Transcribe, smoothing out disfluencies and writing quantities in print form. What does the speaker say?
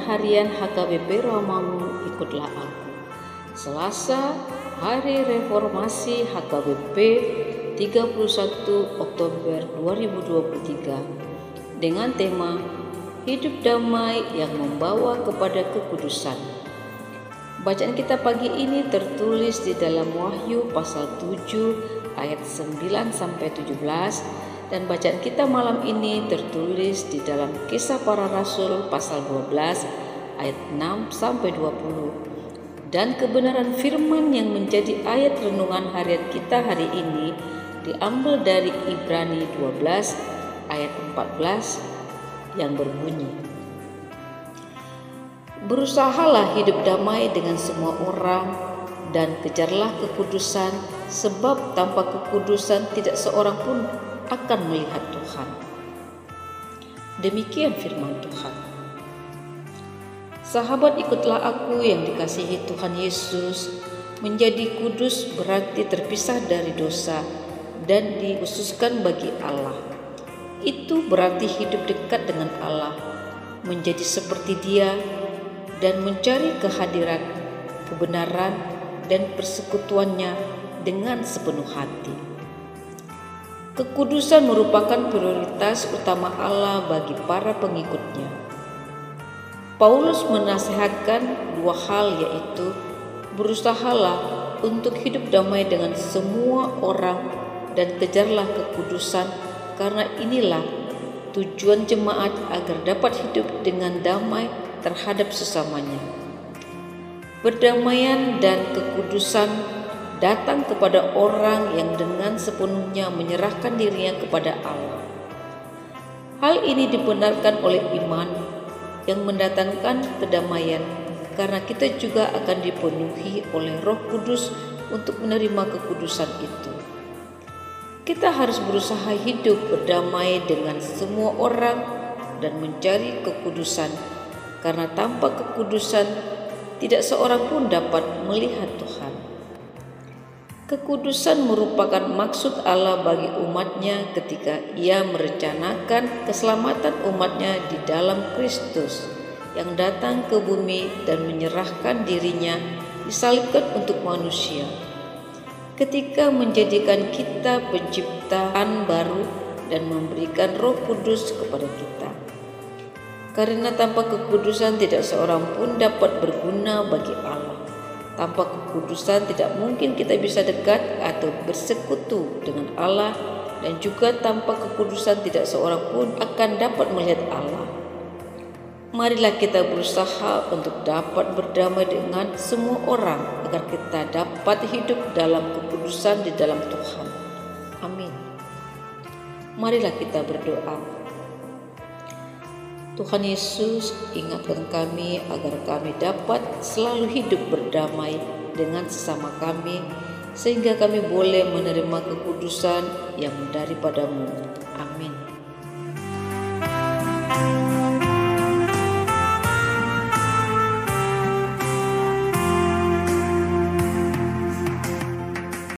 harian HKBP Romangun Ikutlah Aku. Selasa, Hari Reformasi HKBP 31 Oktober 2023 dengan tema Hidup Damai yang Membawa kepada Kekudusan. Bacaan kita pagi ini tertulis di dalam Wahyu pasal 7 ayat 9-17 dan bacaan kita malam ini tertulis di dalam Kisah Para Rasul pasal 12 ayat 6-20. Dan kebenaran firman yang menjadi ayat renungan harian kita hari ini diambil dari Ibrani 12 ayat 14 yang berbunyi, berusahalah hidup damai dengan semua orang dan kejarlah kekudusan, sebab tanpa kekudusan tidak seorang pun akan melihat Tuhan. Demikian firman Tuhan. Sahabat, ikutlah aku yang dikasihi Tuhan Yesus. Menjadi kudus berarti terpisah dari dosa dan dikhususkan bagi Allah. Itu berarti hidup dekat dengan Allah, menjadi seperti Dia, dan mencari kehadiran, kebenaran, dan persekutuannya dengan sepenuh hati. Kekudusan merupakan prioritas utama Allah bagi para pengikutnya. Paulus menasihatkan dua hal, yaitu berusahalah untuk hidup damai dengan semua orang dan kejarlah kekudusan, karena inilah tujuan jemaat agar dapat hidup dengan damai terhadap sesamanya. Perdamaian dan kekudusan datang kepada orang yang dengan sepenuhnya menyerahkan dirinya kepada Allah. Hal ini dibenarkan oleh iman yang mendatangkan kedamaian, karena kita juga akan dipenuhi oleh Roh Kudus untuk menerima kekudusan itu. Kita harus berusaha hidup berdamai dengan semua orang dan mencari kekudusan, karena tanpa kekudusan tidak seorang pun dapat melihat Tuhan. Kekudusan merupakan maksud Allah bagi umatnya ketika Ia merencanakan keselamatan umatnya di dalam Kristus yang datang ke bumi dan menyerahkan dirinya disalibkan untuk manusia. Ketika menjadikan kita penciptaan baru dan memberikan Roh Kudus kepada kita. Karena tanpa kekudusan tidak seorang pun dapat berguna bagi Allah. Tanpa kekudusan tidak mungkin kita bisa dekat atau bersekutu dengan Allah, dan juga tanpa kekudusan tidak seorang pun akan dapat melihat Allah. Marilah kita berusaha untuk dapat berdamai dengan semua orang agar kita dapat hidup dalam kekudusan di dalam Tuhan. Amin. Marilah kita berdoa. Tuhan Yesus, ingatkan kami agar kami dapat selalu hidup berdamai dengan sesama kami, sehingga kami boleh menerima kekudusan yang daripada-Mu. Amin.